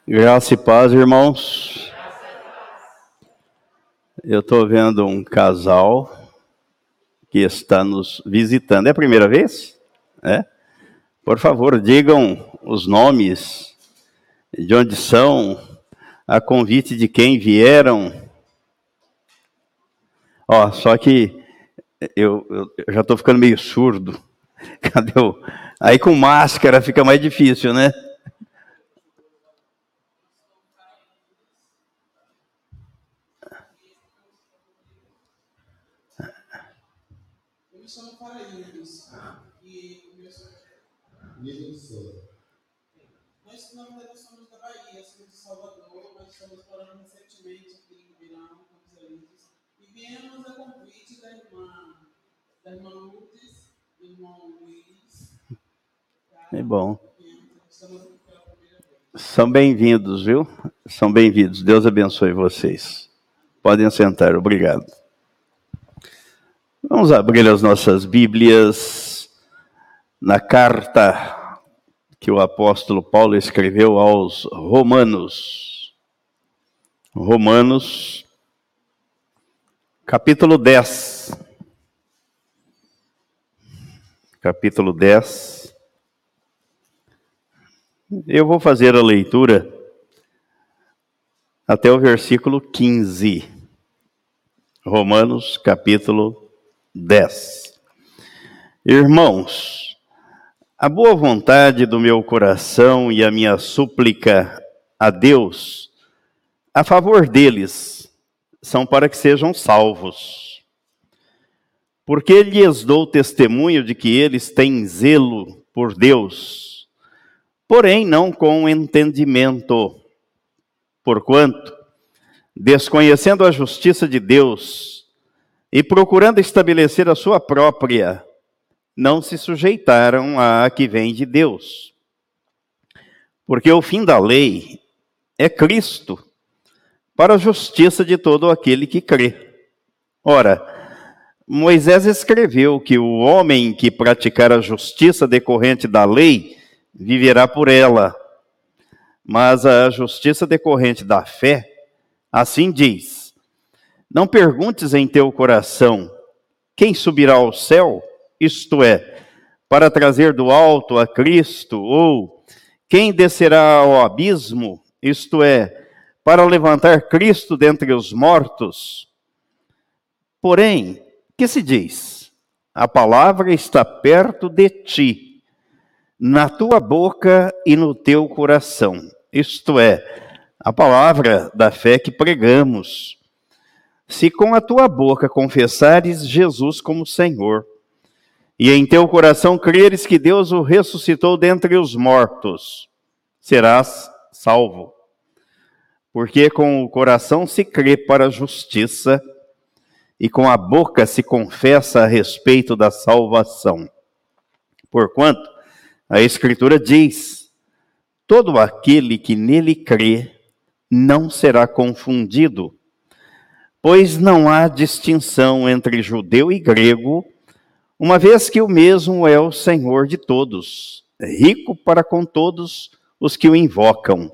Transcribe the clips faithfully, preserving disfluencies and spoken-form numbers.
Graça e paz, irmãos. Eu estou vendo um casal que está nos visitando. É a primeira vez? É? Por favor, digam os nomes, de onde são, a convite de quem vieram. Ó, só que eu, eu, eu já estou ficando meio surdo. Cadê o... Aí com máscara fica mais difícil, né? Nós, na verdade, somos da Bahia, somos de Salvador, mas estamos morando recentemente aqui em Virão, Campos Elíseos, e viemos a convite da irmã, da irmã Lourdes, do irmão Luiz. É bom. São bem-vindos, viu? São bem-vindos. Deus abençoe vocês. Podem sentar, obrigado. Vamos abrir as nossas Bíblias na carta que o apóstolo Paulo escreveu aos Romanos. Romanos, capítulo dez. Capítulo dez. Eu vou fazer a leitura até o versículo quinze. Romanos, capítulo dez. Irmãos, a boa vontade do meu coração e a minha súplica a Deus, a favor deles, são para que sejam salvos. Porque lhes dou testemunho de que eles têm zelo por Deus, porém não com entendimento, porquanto, desconhecendo a justiça de Deus e procurando estabelecer a sua própria, não se sujeitaram à que vem de Deus. Porque o fim da lei é Cristo, para a justiça de todo aquele que crê. Ora, Moisés escreveu que o homem que praticar a justiça decorrente da lei viverá por ela. Mas a justiça decorrente da fé, assim diz: não perguntes em teu coração, quem subirá ao céu? Isto é, para trazer do alto a Cristo, ou quem descerá ao abismo? Isto é, para levantar Cristo dentre os mortos. Porém, que se diz? A palavra está perto de ti, na tua boca e no teu coração. Isto é, a palavra da fé que pregamos. Se com a tua boca confessares Jesus como Senhor, e em teu coração creres que Deus o ressuscitou dentre os mortos, serás salvo. Porque com o coração se crê para a justiça, e com a boca se confessa a respeito da salvação. Porquanto, a Escritura diz: todo aquele que nele crê não será confundido, pois não há distinção entre judeu e grego, uma vez que o mesmo é o Senhor de todos, rico para com todos os que o invocam.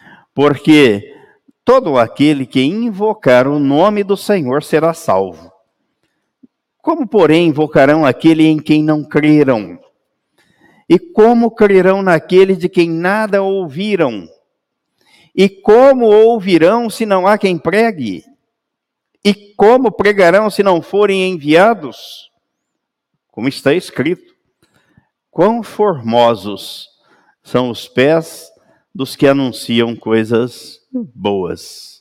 Porque todo aquele que invocar o nome do Senhor será salvo. Como, porém, invocarão aquele em quem não creram? E como crerão naquele de quem nada ouviram? E como ouvirão se não há quem pregue? E como pregarão se não forem enviados? Como está escrito: quão formosos são os pés dos que anunciam coisas boas.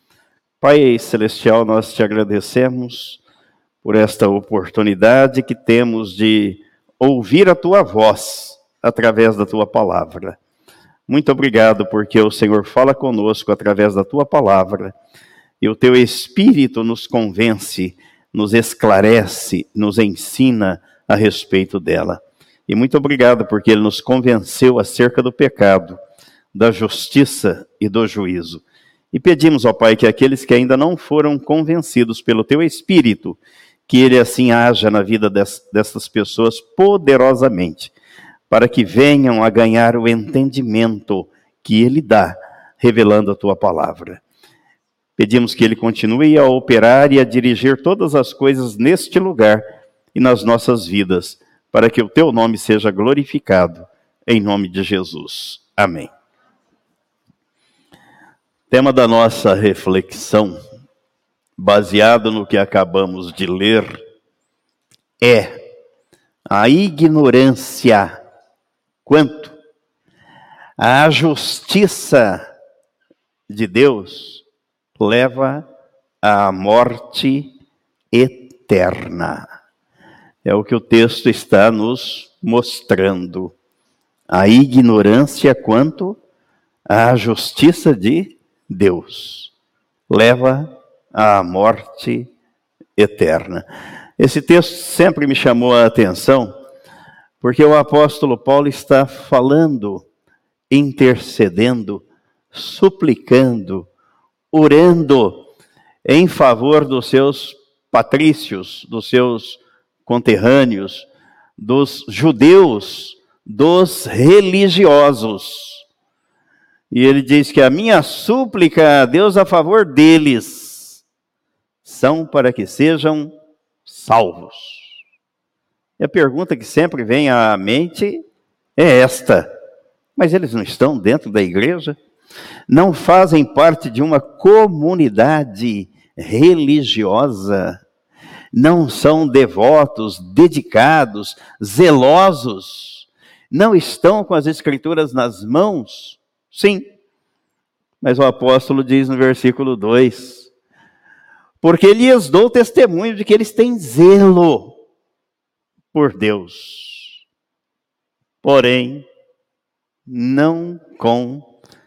Pai Celestial, nós te agradecemos por esta oportunidade que temos de ouvir a tua voz através da tua palavra. Muito obrigado porque o Senhor fala conosco através da tua palavra e o teu Espírito nos convence, nos esclarece, nos ensina a respeito dela. E muito obrigado porque ele nos convenceu acerca do pecado, da justiça e do juízo. E pedimos, ó Pai, que aqueles que ainda não foram convencidos pelo teu Espírito, que ele assim haja na vida dessas pessoas poderosamente, para que venham a ganhar o entendimento que ele dá revelando a tua palavra. Pedimos que ele continue a operar e a dirigir todas as coisas neste lugar e nas nossas vidas, para que o teu nome seja glorificado, em nome de Jesus. Amém. Tema da nossa reflexão, baseado no que acabamos de ler, é a ignorância quanto à justiça de Deus leva à morte eterna. É o que o texto está nos mostrando. A ignorância quanto à justiça de Deus leva à morte eterna. Esse texto sempre me chamou a atenção, porque o apóstolo Paulo está falando, intercedendo, suplicando, orando em favor dos seus patrícios, dos seus conterrâneos, dos judeus, dos religiosos. E ele diz que a minha súplica a Deus a favor deles são para que sejam salvos. E a pergunta que sempre vem à mente é esta: mas eles não estão dentro da igreja? Não fazem parte de uma comunidade religiosa? Não são devotos, dedicados, zelosos? Não estão com as escrituras nas mãos? Sim. Mas o apóstolo diz no versículo dois: porque lhes dou testemunho de que eles têm zelo por Deus, porém não com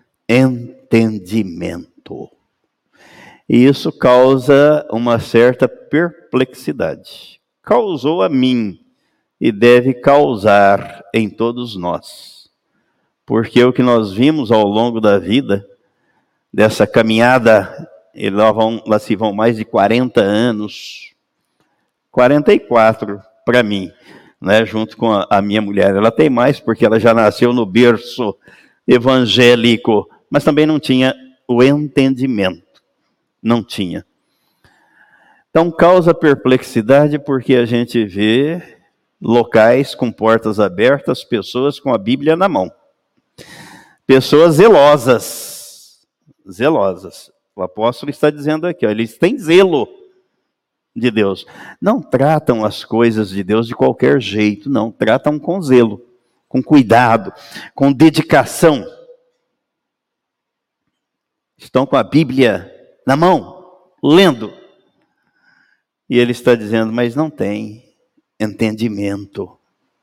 entendimento. E isso causa uma certa perplexidade. Causou a mim e deve causar em todos nós. Porque o que nós vimos ao longo da vida, dessa caminhada, e lá, vão, lá se vão mais de quarenta anos, quarenta e quatro para mim, né, junto com a, a minha mulher. Ela tem mais porque ela já nasceu no berço evangélico, mas também não tinha o entendimento. Não tinha. Então causa perplexidade porque a gente vê locais com portas abertas, pessoas com a Bíblia na mão. Pessoas zelosas. Zelosas. O apóstolo está dizendo aqui, ó, eles têm zelo de Deus. Não tratam as coisas de Deus de qualquer jeito, não. Tratam com zelo, com cuidado, com dedicação. Estão com a Bíblia na mão, lendo. E ele está dizendo, mas não tem entendimento.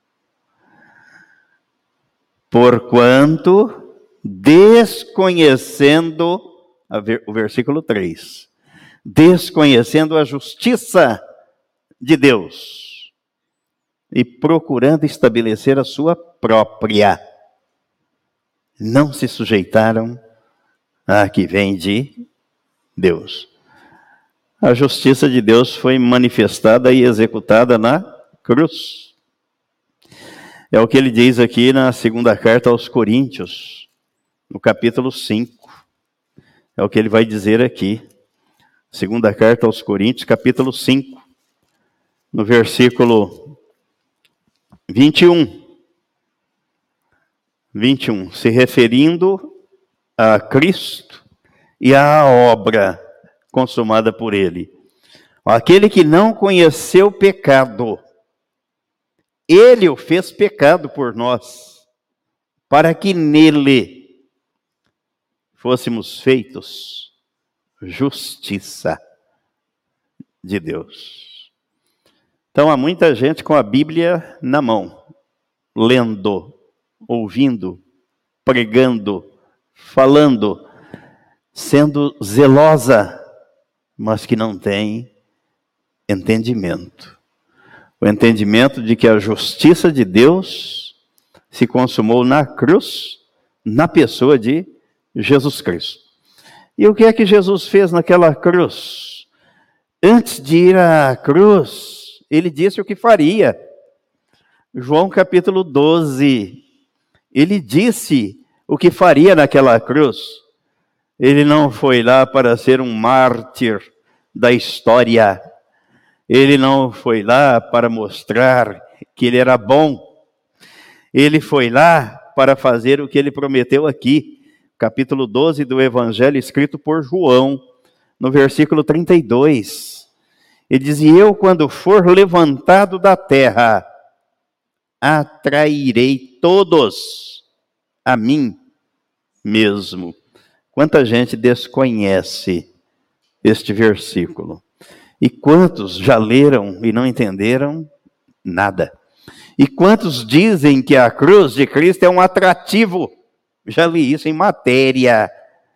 Porquanto, desconhecendo, o versículo três, desconhecendo a justiça de Deus e procurando estabelecer a sua própria, não se sujeitaram à que vem de Deus. A justiça de Deus foi manifestada e executada na cruz. É o que ele diz aqui na segunda carta aos Coríntios, no capítulo cinco. É o que ele vai dizer aqui. Segunda carta aos Coríntios, capítulo cinco, no versículo vinte e um. vinte e um, se referindo a Cristo e à obra consumada por ele. Aquele que não conheceu pecado, ele o fez pecado por nós, para que nele fôssemos feitos justiça de Deus. Então há muita gente com a Bíblia na mão, lendo, ouvindo, pregando, falando, sendo zelosa, mas que não tem entendimento. O entendimento de que a justiça de Deus se consumou na cruz, na pessoa de Jesus Cristo. E o que é que Jesus fez naquela cruz? Antes de ir à cruz, ele disse o que faria. João capítulo doze, ele disse o que faria naquela cruz. Ele não foi lá para ser um mártir da história. Ele não foi lá para mostrar que ele era bom. Ele foi lá para fazer o que ele prometeu aqui. Capítulo doze do Evangelho, escrito por João, no versículo trinta e dois. Ele diz: e eu, quando for levantado da terra, atrairei todos a mim mesmo. Quanta gente desconhece este versículo. E quantos já leram e não entenderam nada? E quantos dizem que a cruz de Cristo é um atrativo? Já li isso em matéria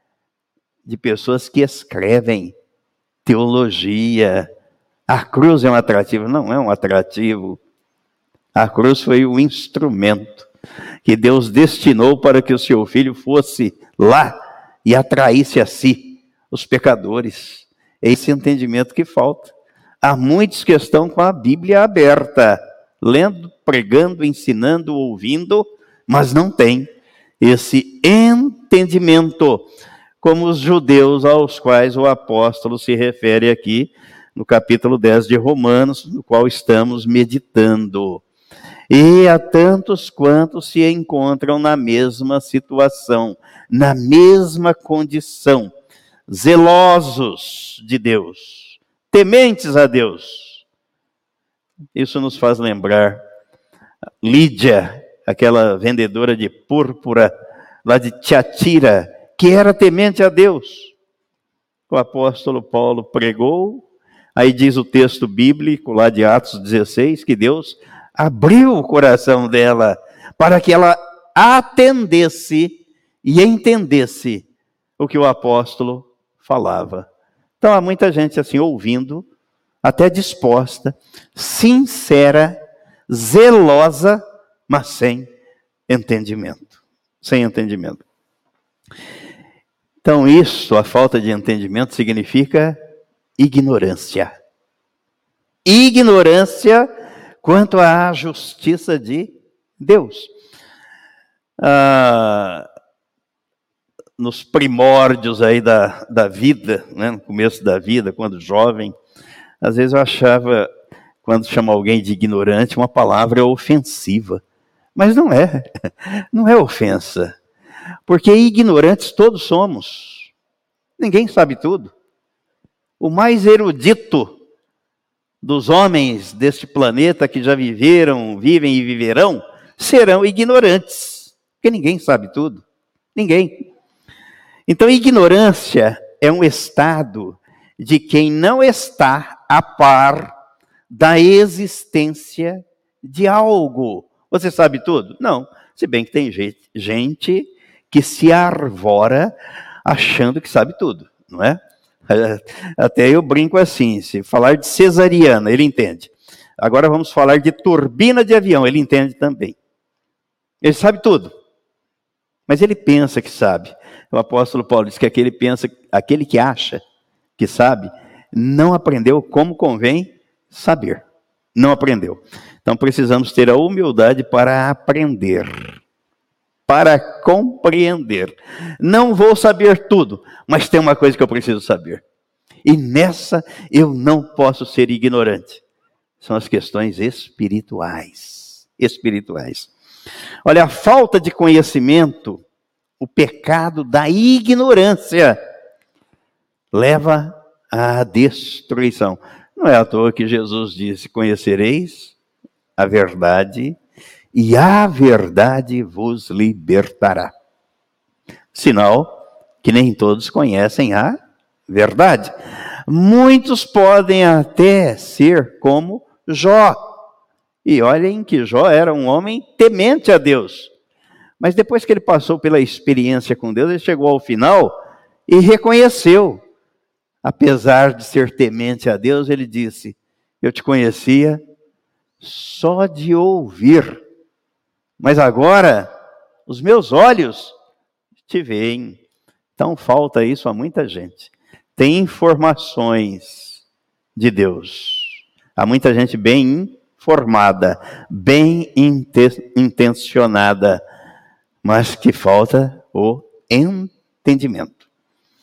de pessoas que escrevem teologia. A cruz é um atrativo. Não é um atrativo. A cruz foi o instrumento que Deus destinou para que o seu filho fosse lá e atraísse a si os pecadores. É esse entendimento que falta. Há muitos que estão com a Bíblia aberta, lendo, pregando, ensinando, ouvindo, mas não tem esse entendimento, como os judeus aos quais o apóstolo se refere aqui no capítulo dez de Romanos, no qual estamos meditando. E há tantos quantos se encontram na mesma situação, na mesma condição, zelosos de Deus, tementes a Deus. Isso nos faz lembrar Lídia, aquela vendedora de púrpura lá de Tiatira, que era temente a Deus. O apóstolo Paulo pregou, aí diz o texto bíblico lá de Atos dezesseis, que Deus abriu o coração dela para que ela atendesse e entendesse o que o apóstolo falava. Então há muita gente assim ouvindo, até disposta, sincera, zelosa, mas sem entendimento. Sem entendimento. Então isso, a falta de entendimento, significa ignorância. Ignorância quanto à justiça de Deus. Ah, nos primórdios aí da, da vida, né, no começo da vida, quando jovem, às vezes eu achava, quando chama alguém de ignorante, uma palavra ofensiva. Mas não é, não é ofensa. Porque ignorantes todos somos. Ninguém sabe tudo. O mais erudito dos homens deste planeta que já viveram, vivem e viverão, serão ignorantes. Porque ninguém sabe tudo. Ninguém. Então, ignorância é um estado de quem não está a par da existência de algo. Você sabe tudo? Não. Se bem que tem gente que se arvora achando que sabe tudo, não é? Até eu brinco assim, se falar de cesariana, ele entende. Agora vamos falar de turbina de avião, ele entende também. Ele sabe tudo, mas ele pensa que sabe. O apóstolo Paulo diz que aquele, pensa, aquele que acha que sabe, não aprendeu como convém saber. Não aprendeu. Então precisamos ter a humildade para aprender, para compreender. Não vou saber tudo, mas tem uma coisa que eu preciso saber. E nessa eu não posso ser ignorante. São as questões espirituais. Espirituais. Olha, a falta de conhecimento, o pecado da ignorância, leva à destruição. Não é à toa que Jesus disse: conhecereis a verdade, e a verdade vos libertará. Sinal que nem todos conhecem a verdade. Muitos podem até ser como Jó. E olhem que Jó era um homem temente a Deus. Mas depois que ele passou pela experiência com Deus, ele chegou ao final e reconheceu. Apesar de ser temente a Deus, ele disse: eu te conhecia só de ouvir, mas agora os meus olhos te veem. Então falta isso a muita gente. Tem informações de Deus. Há muita gente bem informada, bem intencionada, mas que falta o entendimento.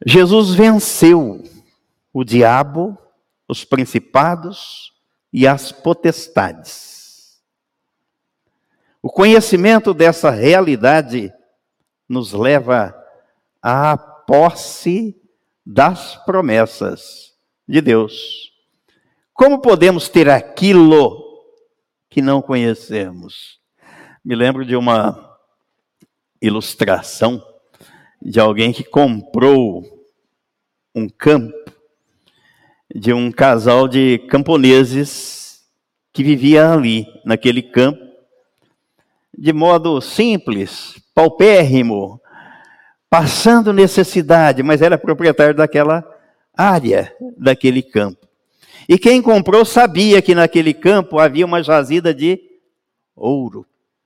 Jesus venceu o diabo, os principados e as potestades. O conhecimento dessa realidade nos leva à posse das promessas de Deus. Como podemos ter aquilo que não conhecemos? Me lembro de uma ilustração de alguém que comprou um campo de um casal de camponeses que vivia ali, naquele campo, de modo simples, paupérrimo, passando necessidade, mas era proprietário daquela área, daquele campo. E quem comprou sabia que naquele campo havia uma jazida de ouro.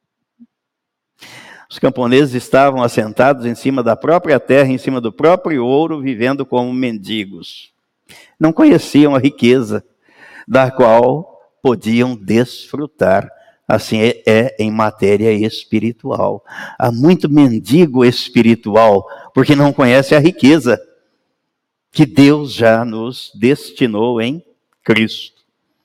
Os camponeses estavam assentados em cima da própria terra, em cima do próprio ouro, vivendo como mendigos. Não conheciam a riqueza da qual podiam desfrutar. Assim é, é em matéria espiritual. Há muito mendigo espiritual, porque não conhece a riqueza que Deus já nos destinou em Cristo.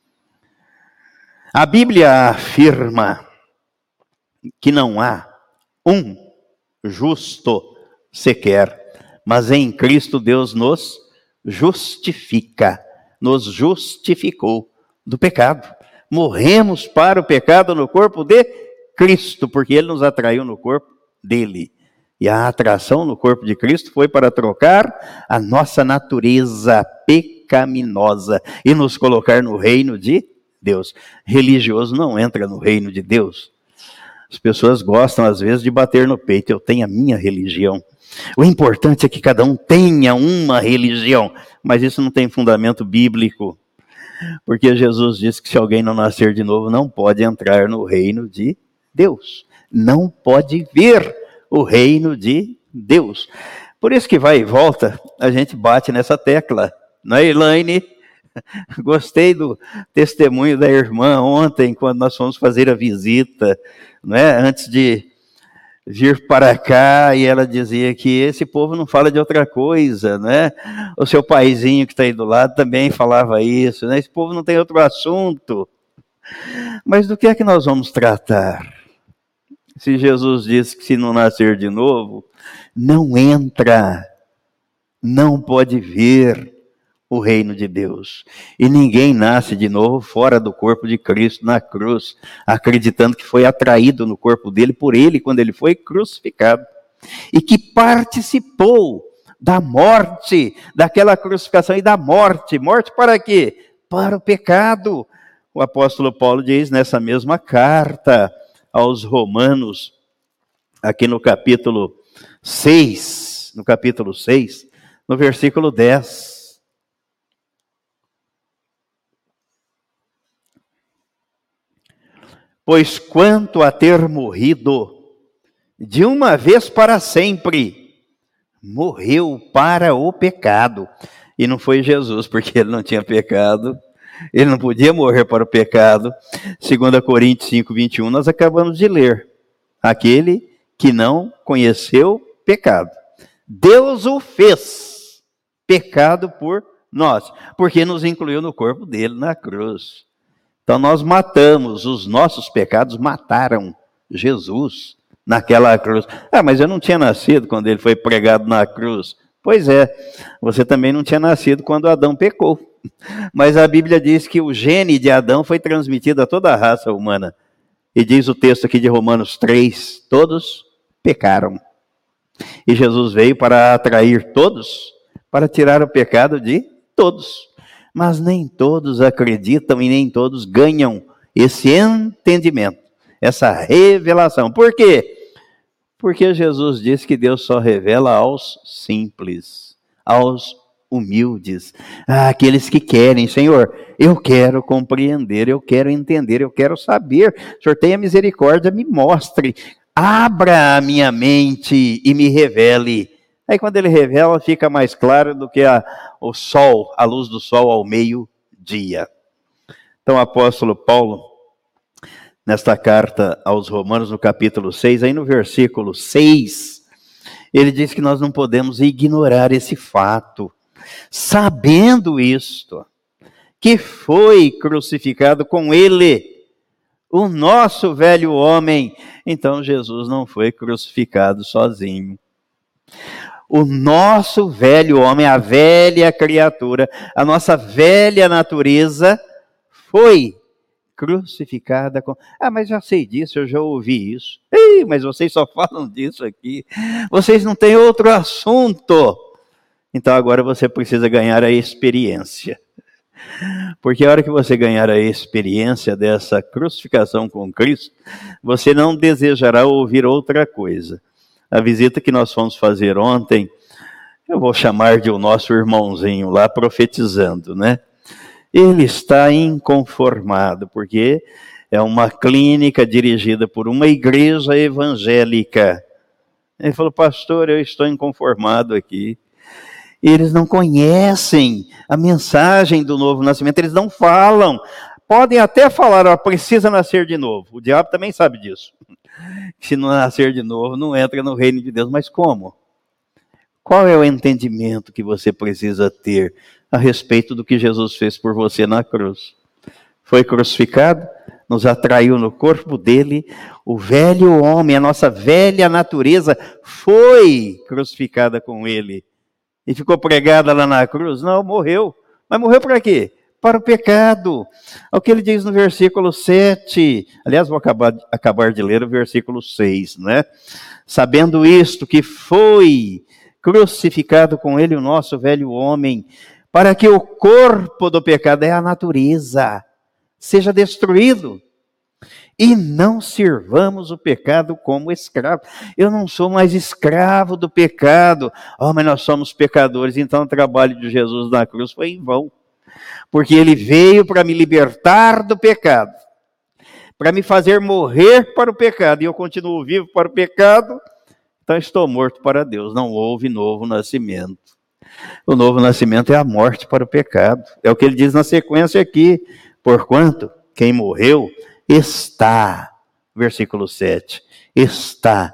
A Bíblia afirma que não há um justo sequer, mas em Cristo Deus nos justifica, nos justificou do pecado. Morremos para o pecado no corpo de Cristo, porque Ele nos atraiu no corpo dele. E a atração no corpo de Cristo foi para trocar a nossa natureza pecaminosa e nos colocar no reino de Deus. Religioso não entra no reino de Deus. As pessoas gostam, às vezes, de bater no peito. Eu tenho a minha religião. O importante é que cada um tenha uma religião. Mas isso não tem fundamento bíblico. Porque Jesus disse que se alguém não nascer de novo, não pode entrar no reino de Deus. Não pode ver o reino de Deus. Por isso que vai e volta, a gente bate nessa tecla. Não é, Elaine? Gostei do testemunho da irmã ontem, quando nós fomos fazer a visita, não é? Antes de vir para cá, e ela dizia que esse povo não fala de outra coisa, né? O seu paizinho que está aí do lado também falava isso, né? Esse povo não tem outro assunto. Mas do que é que nós vamos tratar? Se Jesus disse que se não nascer de novo, não entra, não pode ver o reino de Deus. E ninguém nasce de novo fora do corpo de Cristo na cruz, acreditando que foi atraído no corpo dele por ele quando ele foi crucificado. E que participou da morte, daquela crucificação e da morte. Morte para quê? Para o pecado. O apóstolo Paulo diz nessa mesma carta aos Romanos, aqui no capítulo seis, no capítulo seis, no versículo dez. Pois quanto a ter morrido de uma vez para sempre, morreu para o pecado. E não foi Jesus, porque ele não tinha pecado, ele não podia morrer para o pecado. Segunda Coríntios cinco, vinte e um, nós acabamos de ler. Aquele que não conheceu pecado. Deus o fez pecado por nós, porque nos incluiu no corpo dele na cruz. Então nós matamos, os nossos pecados mataram Jesus naquela cruz. Ah, mas eu não tinha nascido quando ele foi pregado na cruz. Pois é, você também não tinha nascido quando Adão pecou. Mas a Bíblia diz que o gene de Adão foi transmitido a toda a raça humana. E diz o texto aqui de Romanos três, todos pecaram. E Jesus veio para atrair todos, para tirar o pecado de todos. Mas nem todos acreditam e nem todos ganham esse entendimento, essa revelação. Por quê? Porque Jesus disse que Deus só revela aos simples, aos humildes, àqueles que querem. Senhor, eu quero compreender, eu quero entender, eu quero saber. Senhor, tenha misericórdia, me mostre, abra a minha mente e me revele. Aí quando ele revela, fica mais claro do que a, o sol, a luz do sol ao meio-dia. Então o apóstolo Paulo, nesta carta aos Romanos, no capítulo seis, aí no versículo seis, Ele diz que nós não podemos ignorar esse fato. Sabendo isto, que foi crucificado com ele, o nosso velho homem. Então Jesus não foi crucificado sozinho. O nosso velho homem, a velha criatura, a nossa velha natureza foi crucificada com... Ah, mas já sei disso, eu já ouvi isso. Ei, mas vocês só falam disso aqui. Vocês não têm outro assunto. Então agora você precisa ganhar a experiência. Porque a hora que você ganhar a experiência dessa crucificação com Cristo, você não desejará ouvir outra coisa. A visita que nós fomos fazer ontem, eu vou chamar de o nosso irmãozinho lá profetizando, né? Ele está inconformado, porque é uma clínica dirigida por uma igreja evangélica. Ele falou, pastor, eu estou inconformado aqui. Eles não conhecem a mensagem do novo nascimento, eles não falam. Podem até falar, ó, precisa nascer de novo. O diabo também sabe disso. Se não nascer de novo, não entra no reino de Deus. Mas como? Qual é o entendimento que você precisa ter a respeito do que Jesus fez por você na cruz? Foi crucificado, nos atraiu no corpo dele, o velho homem, a nossa velha natureza foi crucificada com ele. E ficou pregada lá na cruz? Não, morreu. Mas morreu para quê? Para o pecado. É o que ele diz no versículo sete. Aliás, vou acabar, acabar de ler o versículo seis, né? Sabendo isto, que foi crucificado com ele o nosso velho homem, para que o corpo do pecado, é a natureza, seja destruído. E não sirvamos o pecado como escravo. Eu não sou mais escravo do pecado. Oh, mas nós somos pecadores, então o trabalho de Jesus na cruz foi em vão. Porque ele veio para me libertar do pecado, para me fazer morrer para o pecado, e eu continuo vivo para o pecado, então estou morto para Deus. Não houve novo nascimento. O novo nascimento é a morte para o pecado. É o que ele diz na sequência aqui. Porquanto quem morreu está, versículo sete, está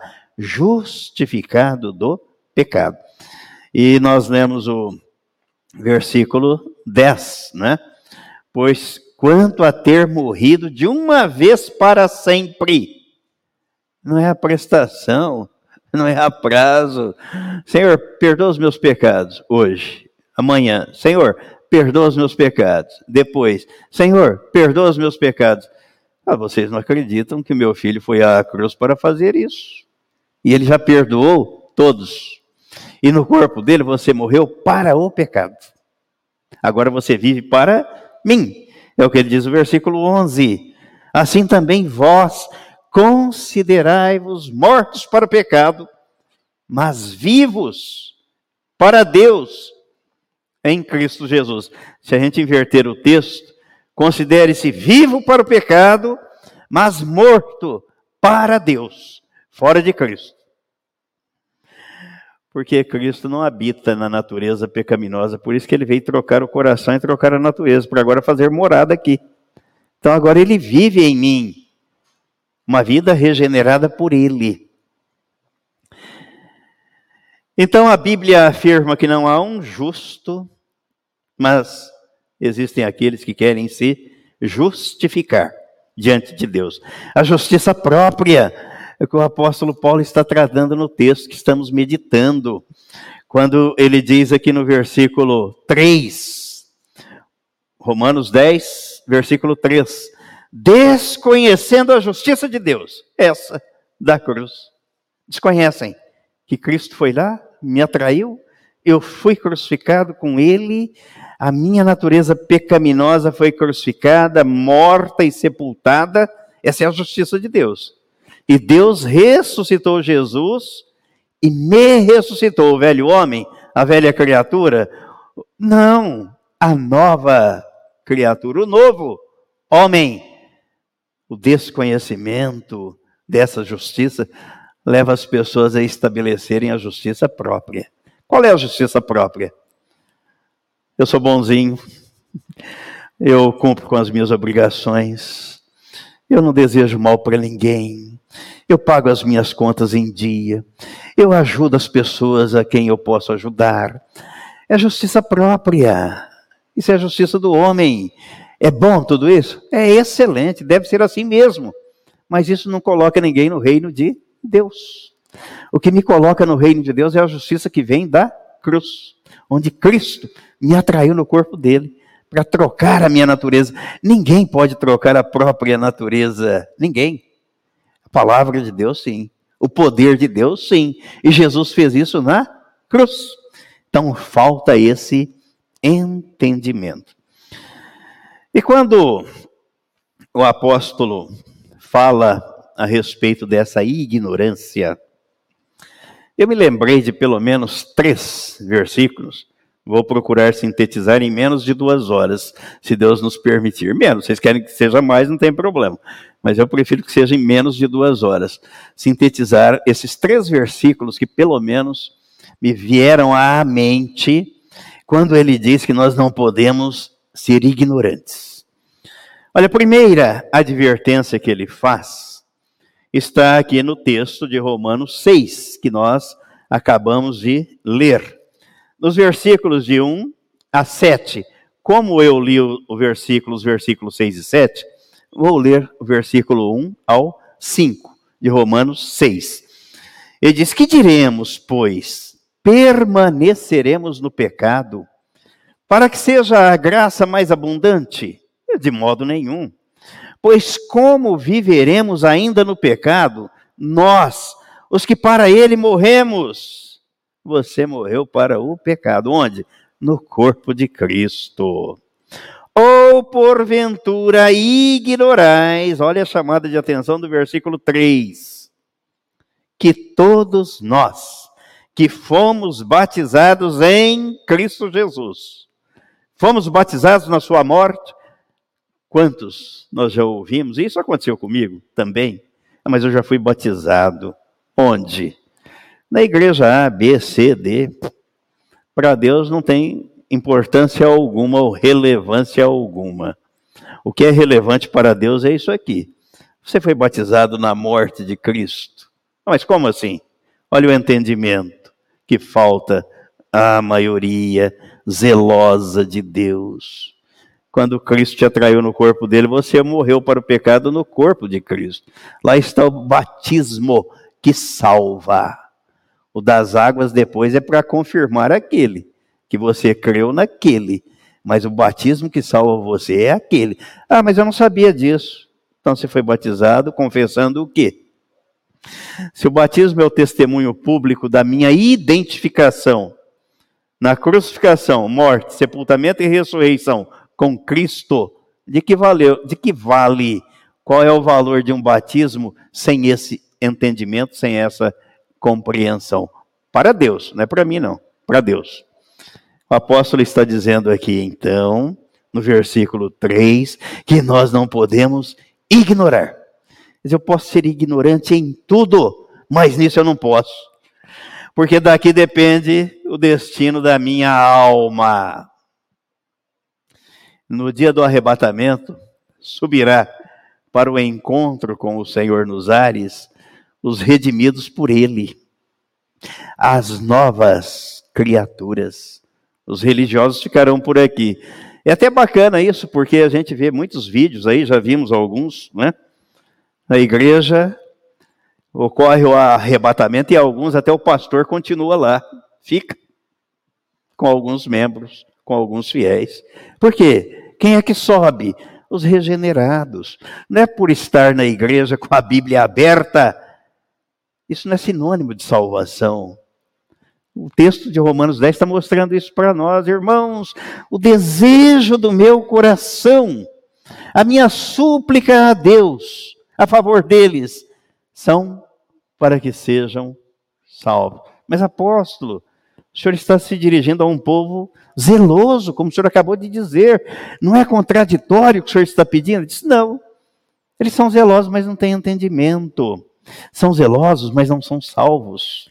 justificado do pecado. E nós lemos o versículo dez, né? Pois quanto a ter morrido de uma vez para sempre, não é a prestação, não é a prazo. Senhor, perdoa os meus pecados hoje, amanhã. Senhor, perdoa os meus pecados depois. Senhor, perdoa os meus pecados. Ah, vocês não acreditam que meu filho foi à cruz para fazer isso. E ele já perdoou todos. E no corpo dele você morreu para o pecado. Agora você vive para mim. É o que ele diz no versículo onze. Assim também vós considerai-vos mortos para o pecado, mas vivos para Deus em Cristo Jesus. Se a gente inverter o texto, considere-se vivo para o pecado, mas morto para Deus, fora de Cristo. Porque Cristo não habita na natureza pecaminosa, por isso que ele veio trocar o coração e trocar a natureza, para agora fazer morada aqui. Então agora ele vive em mim, uma vida regenerada por ele. Então a Bíblia afirma que não há um justo, mas existem aqueles que querem se justificar diante de Deus. A justiça própria é que o apóstolo Paulo está tratando no texto que estamos meditando, quando ele diz aqui no versículo três, Romanos dez, versículo três, desconhecendo a justiça de Deus, essa da cruz. Desconhecem que Cristo foi lá, me atraiu, eu fui crucificado com ele, a minha natureza pecaminosa foi crucificada, morta e sepultada. Essa é a justiça de Deus. E Deus ressuscitou Jesus e me ressuscitou. O velho homem, a velha criatura? Não, a nova criatura, o novo homem. O desconhecimento dessa justiça leva as pessoas a estabelecerem a justiça própria. Qual é a justiça própria? Eu sou bonzinho, eu cumpro com as minhas obrigações, eu não desejo mal para ninguém, Eu pago as minhas contas em dia. Eu ajudo as pessoas a quem eu posso ajudar. É justiça própria. Isso é a justiça do homem. É bom tudo isso? É excelente, deve ser assim mesmo. Mas isso não coloca ninguém no reino de Deus. O que me coloca no reino de Deus é a justiça que vem da cruz, onde Cristo me atraiu no corpo dele para trocar a minha natureza. Ninguém pode trocar a própria natureza. Ninguém. A palavra de Deus, sim. O poder de Deus, sim. E Jesus fez isso na cruz. Então falta esse entendimento. E quando o apóstolo fala a respeito dessa ignorância, eu me lembrei de pelo menos três versículos. Vou procurar sintetizar em menos de duas horas, se Deus nos permitir. Menos, vocês querem que seja mais, não tem problema. Mas eu prefiro que seja em menos de duas horas. Sintetizar esses três versículos que pelo menos me vieram à mente quando ele diz que nós não podemos ser ignorantes. Olha, a primeira advertência que ele faz está aqui no texto de Romanos seis, que nós acabamos de ler. Nos versículos de um a sete, como eu li o versículo, os versículos seis e sete, vou ler o versículo um ao cinco de Romanos seis. Ele diz: que diremos, pois? Permaneceremos no pecado para que seja a graça mais abundante? De modo nenhum. Pois como viveremos ainda no pecado, nós, os que para ele morremos? Você morreu para o pecado. Onde? No corpo de Cristo. Ou porventura ignorais, olha a chamada de atenção do versículo três, que todos nós, que fomos batizados em Cristo Jesus, fomos batizados na sua morte. Quantos nós já ouvimos? Isso aconteceu comigo também. Mas eu já fui batizado. Onde? Na igreja A, B, C, D. Para Deus não tem importância alguma ou relevância alguma. O que é relevante para Deus é isso aqui. Você foi batizado na morte de Cristo. Mas como assim? Olha o entendimento que falta à maioria zelosa de Deus. Quando Cristo te atraiu no corpo dele, você morreu para o pecado no corpo de Cristo. Lá está o batismo que salva. O das águas depois é para confirmar aquele, que você creu naquele. Mas o batismo que salva você é aquele. Ah, mas eu não sabia disso. Então você foi batizado confessando o quê? Se o batismo é o testemunho público da minha identificação na crucificação, morte, sepultamento e ressurreição com Cristo, de que valeu, de que vale? Qual é o valor de um batismo sem esse entendimento, sem essa compreensão? Para Deus, não é para mim não, para Deus. O apóstolo está dizendo aqui então, no versículo três, que nós não podemos ignorar. Mas eu posso ser ignorante em tudo, mas nisso eu não posso. Porque daqui depende o destino da minha alma. No dia do arrebatamento, subirá para o encontro com o Senhor nos ares, os redimidos por Ele, as novas criaturas. Os religiosos ficarão por aqui. É até bacana isso, porque a gente vê muitos vídeos aí, já vimos alguns, né? Na igreja ocorre o arrebatamento e alguns, até o pastor continua lá, fica com alguns membros, com alguns fiéis. Por quê? Quem é que sobe? Os regenerados. Não é por estar na igreja com a Bíblia aberta. Isso não é sinônimo de salvação. O texto de Romanos dez está mostrando isso para nós, irmãos. O desejo do meu coração, a minha súplica a Deus, a favor deles, são para que sejam salvos. Mas apóstolo, o senhor está se dirigindo a um povo zeloso, como o senhor acabou de dizer. Não é contraditório o que o senhor está pedindo? Ele disse, não. Eles são zelosos, mas não têm entendimento. São zelosos, mas não são salvos.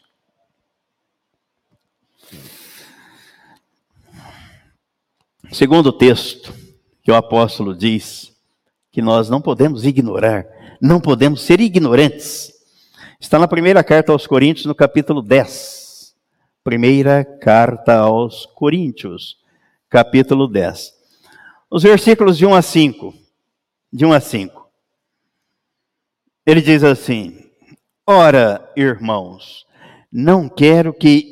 Segundo o texto, que o apóstolo diz que nós não podemos ignorar, não podemos ser ignorantes. Está na primeira carta aos Coríntios, no capítulo dez. Primeira carta aos Coríntios, capítulo dez. Os versículos de um a cinco. De um a cinco. Ele diz assim: ora, irmãos, não quero que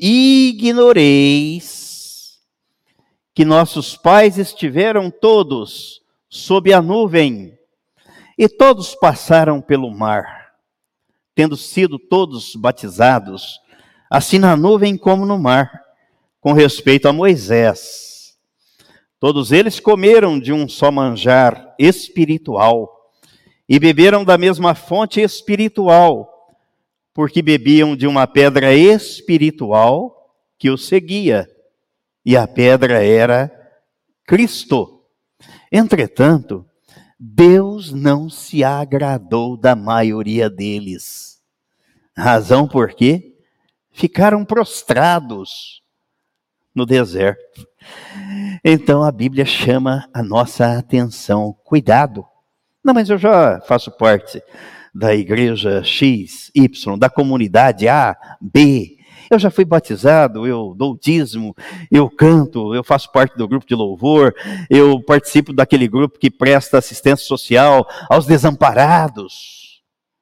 ignoreis que nossos pais estiveram todos sob a nuvem, e todos passaram pelo mar, tendo sido todos batizados, assim na nuvem como no mar, com respeito a Moisés. Todos eles comeram de um só manjar espiritual, e beberam da mesma fonte espiritual, porque bebiam de uma pedra espiritual que os seguia, e a pedra era Cristo. Entretanto, Deus não se agradou da maioria deles. Razão por quê? Ficaram prostrados no deserto. Então a Bíblia chama a nossa atenção. Cuidado. Não, mas eu já faço parte da igreja X, Y, da comunidade A, B. Eu já fui batizado, eu dou dízimo, eu canto, eu faço parte do grupo de louvor, eu participo daquele grupo que presta assistência social aos desamparados.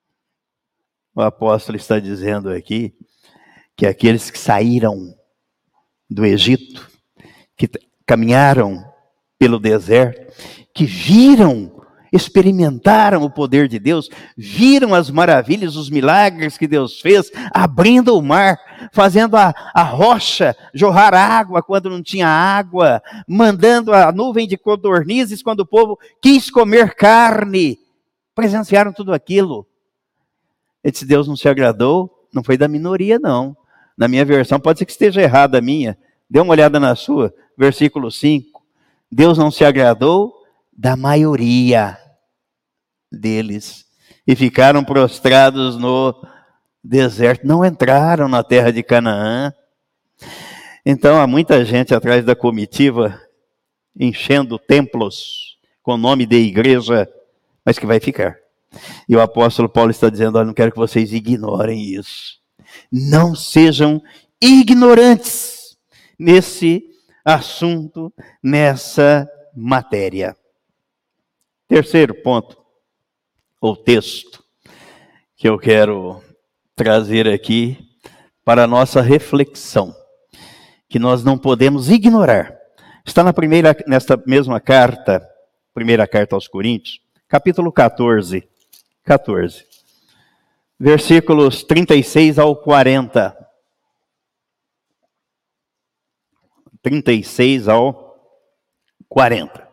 O apóstolo está dizendo aqui que aqueles que saíram do Egito, que caminharam pelo deserto, que viram, experimentaram o poder de Deus, viram as maravilhas, os milagres que Deus fez, abrindo o mar, fazendo a, a rocha jorrar água quando não tinha água, mandando a nuvem de codornizes quando o povo quis comer carne. Presenciaram tudo aquilo. Esse Deus não se agradou, não foi da minoria não. Na minha versão, pode ser que esteja errada a minha, dê uma olhada na sua, versículo cinco. Deus não se agradou da maioria deles, e ficaram prostrados no deserto, não entraram na terra de Canaã. Então há muita gente atrás da comitiva, enchendo templos com o nome de igreja, mas que vai ficar. E o apóstolo Paulo está dizendo: olha, não quero que vocês ignorem isso. Não sejam ignorantes nesse assunto, nessa matéria. Terceiro ponto, ou texto, que eu quero trazer aqui para a nossa reflexão, que nós não podemos ignorar. Está na primeira, nesta mesma carta, primeira carta aos Coríntios, capítulo catorze, catorze, versículos trinta e seis ao quarenta. trinta e seis ao quarenta.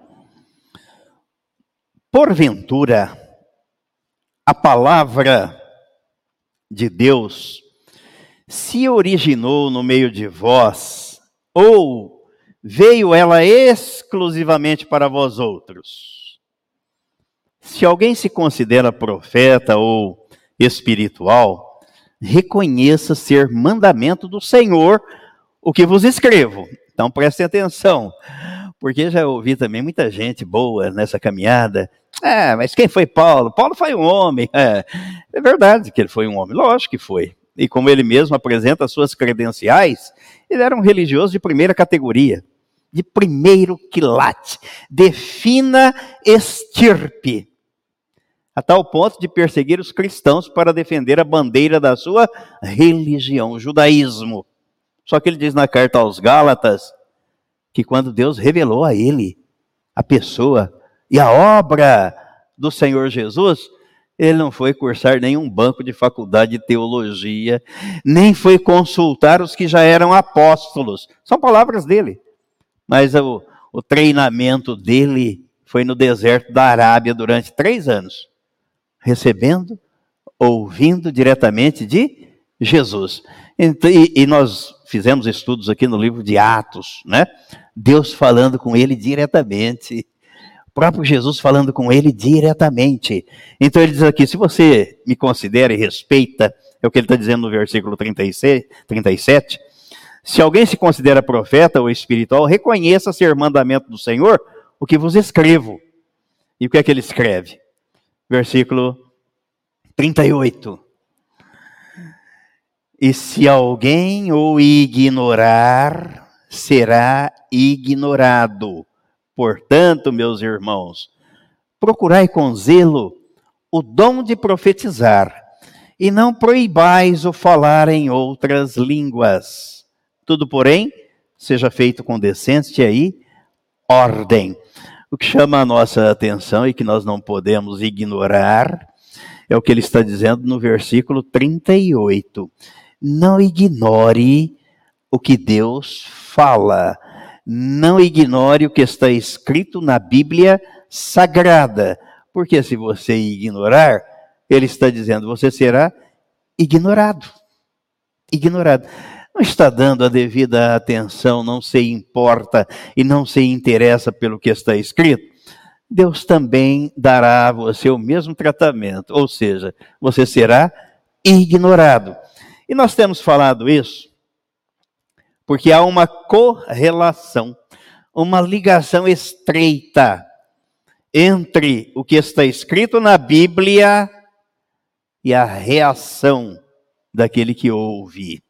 Porventura, a palavra de Deus se originou no meio de vós, ou veio ela exclusivamente para vós outros? Se alguém se considera profeta ou espiritual, reconheça ser mandamento do Senhor o que vos escrevo. Então prestem atenção, porque já ouvi também muita gente boa nessa caminhada. Ah, mas quem foi Paulo? Paulo foi um homem. É, é verdade que ele foi um homem, lógico que foi. E como ele mesmo apresenta as suas credenciais, ele era um religioso de primeira categoria, de primeiro quilate, de fina estirpe, a tal ponto de perseguir os cristãos para defender a bandeira da sua religião, o judaísmo. Só que ele diz na carta aos Gálatas que quando Deus revelou a ele a pessoa e a obra do Senhor Jesus, ele não foi cursar nenhum banco de faculdade de teologia, nem foi consultar os que já eram apóstolos. São palavras dele. Mas o, o treinamento dele foi no deserto da Arábia durante três anos, recebendo, ouvindo diretamente de Jesus. E, e nós fizemos estudos aqui no livro de Atos, né? Deus falando com ele diretamente, o próprio Jesus falando com ele diretamente. Então ele diz aqui: se você me considera e respeita, é o que ele está dizendo no versículo trinta e seis, trinta e sete, se alguém se considera profeta ou espiritual, reconheça ser mandamento do Senhor o que vos escrevo. E o que é que ele escreve? Versículo trinta e oito. E se alguém o ignorar, será ignorado. Portanto, meus irmãos, procurai com zelo o dom de profetizar, e não proibais o falar em outras línguas. Tudo, porém, seja feito com decência e ordem. O que chama a nossa atenção e que nós não podemos ignorar é o que ele está dizendo no versículo trinta e oito. Não ignore o que Deus fala. Não ignore o que está escrito na Bíblia Sagrada. Porque se você ignorar, ele está dizendo, você será ignorado. Ignorado. Não está dando a devida atenção, não se importa e não se interessa pelo que está escrito. Deus também dará a você o mesmo tratamento. Ou seja, você será ignorado. E nós temos falado isso porque há uma correlação, uma ligação estreita entre o que está escrito na Bíblia e a reação daquele que ouve.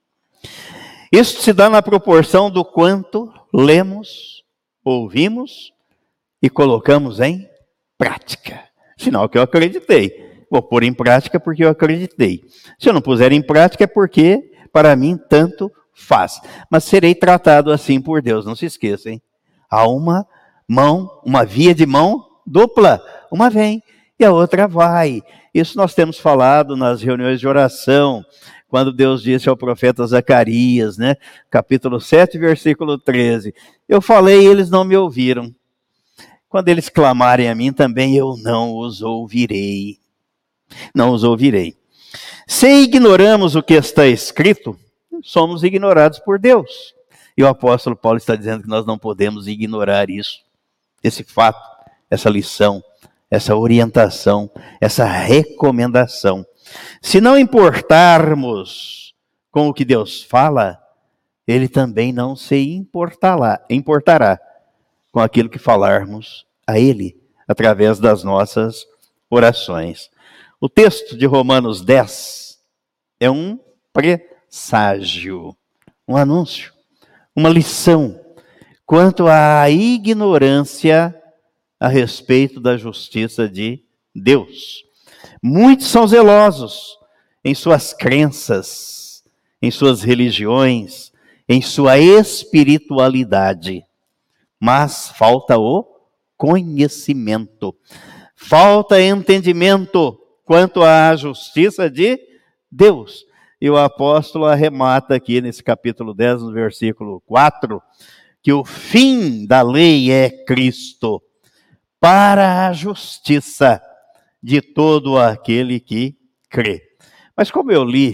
Isso se dá na proporção do quanto lemos, ouvimos e colocamos em prática. Sinal que eu acreditei. Vou pôr em prática porque eu acreditei. Se eu não puser em prática é porque, para mim, tanto faz. Mas serei tratado assim por Deus, não se esqueça, hein? Há uma mão, uma via de mão dupla. Uma vem e a outra vai. Isso nós temos falado nas reuniões de oração, quando Deus disse ao profeta Zacarias, né? Capítulo sete, versículo treze. Eu falei e eles não me ouviram. Quando eles clamarem a mim, também eu não os ouvirei. Não os ouvirei. Se ignoramos o que está escrito, somos ignorados por Deus. E o apóstolo Paulo está dizendo que nós não podemos ignorar isso. Esse fato, essa lição, essa orientação, essa recomendação. Se não importarmos com o que Deus fala, ele também não se importará, importará com aquilo que falarmos a ele, através das nossas orações. O texto de Romanos dez é um presságio, um anúncio, uma lição quanto à ignorância a respeito da justiça de Deus. Muitos são zelosos em suas crenças, em suas religiões, em sua espiritualidade, mas falta o conhecimento, falta entendimento quanto à justiça de Deus. E o apóstolo arremata aqui nesse capítulo dez, no versículo quatro, que o fim da lei é Cristo, para a justiça de todo aquele que crê. Mas como eu li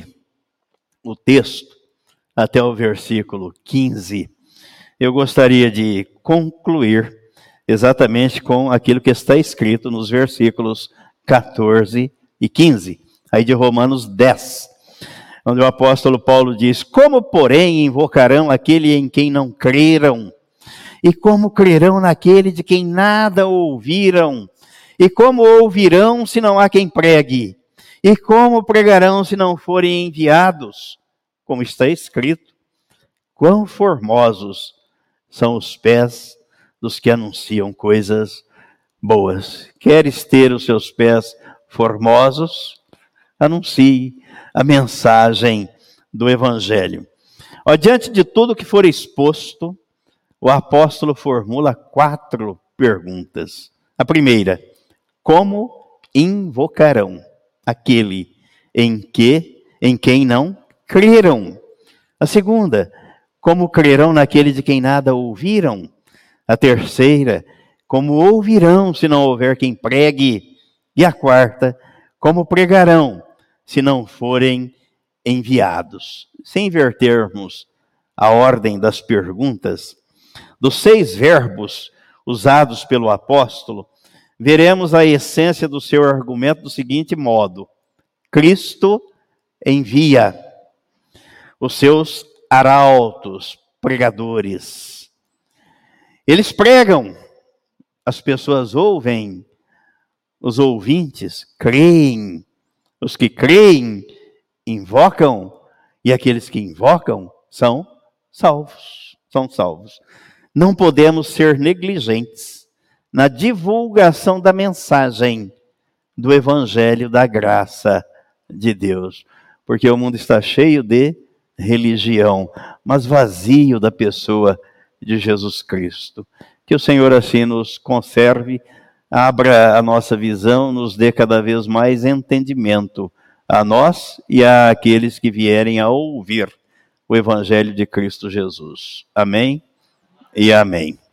o texto até o versículo quinze, eu gostaria de concluir exatamente com aquilo que está escrito nos versículos catorze e quinze, aí de Romanos dez, onde o apóstolo Paulo diz: como, porém, invocarão aquele em quem não creram? E como crerão naquele de quem nada ouviram? E como ouvirão se não há quem pregue? E como pregarão se não forem enviados? Como está escrito: quão formosos são os pés dos que anunciam coisas boas. Queres ter os seus pés formosos? Anuncie a mensagem do Evangelho. Ó, diante de tudo que for exposto, o apóstolo formula quatro perguntas. A primeira: como invocarão aquele em que, em quem não creram? A segunda: como crerão naquele de quem nada ouviram? A terceira: como ouvirão se não houver quem pregue? E a quarta: como pregarão se não forem enviados? Se invertermos a ordem das perguntas, dos seis verbos usados pelo apóstolo, veremos a essência do seu argumento do seguinte modo: Cristo envia os seus arautos, pregadores. Eles pregam, as pessoas ouvem, os ouvintes creem, os que creem invocam E aqueles que invocam são salvos, são salvos. Não podemos ser negligentes na divulgação da mensagem do Evangelho da graça de Deus, porque o mundo está cheio de religião, mas vazio da pessoa de Jesus Cristo. Que o Senhor assim nos conserve, abra a nossa visão, nos dê cada vez mais entendimento a nós e a aqueles que vierem a ouvir o Evangelho de Cristo Jesus. Amém e amém.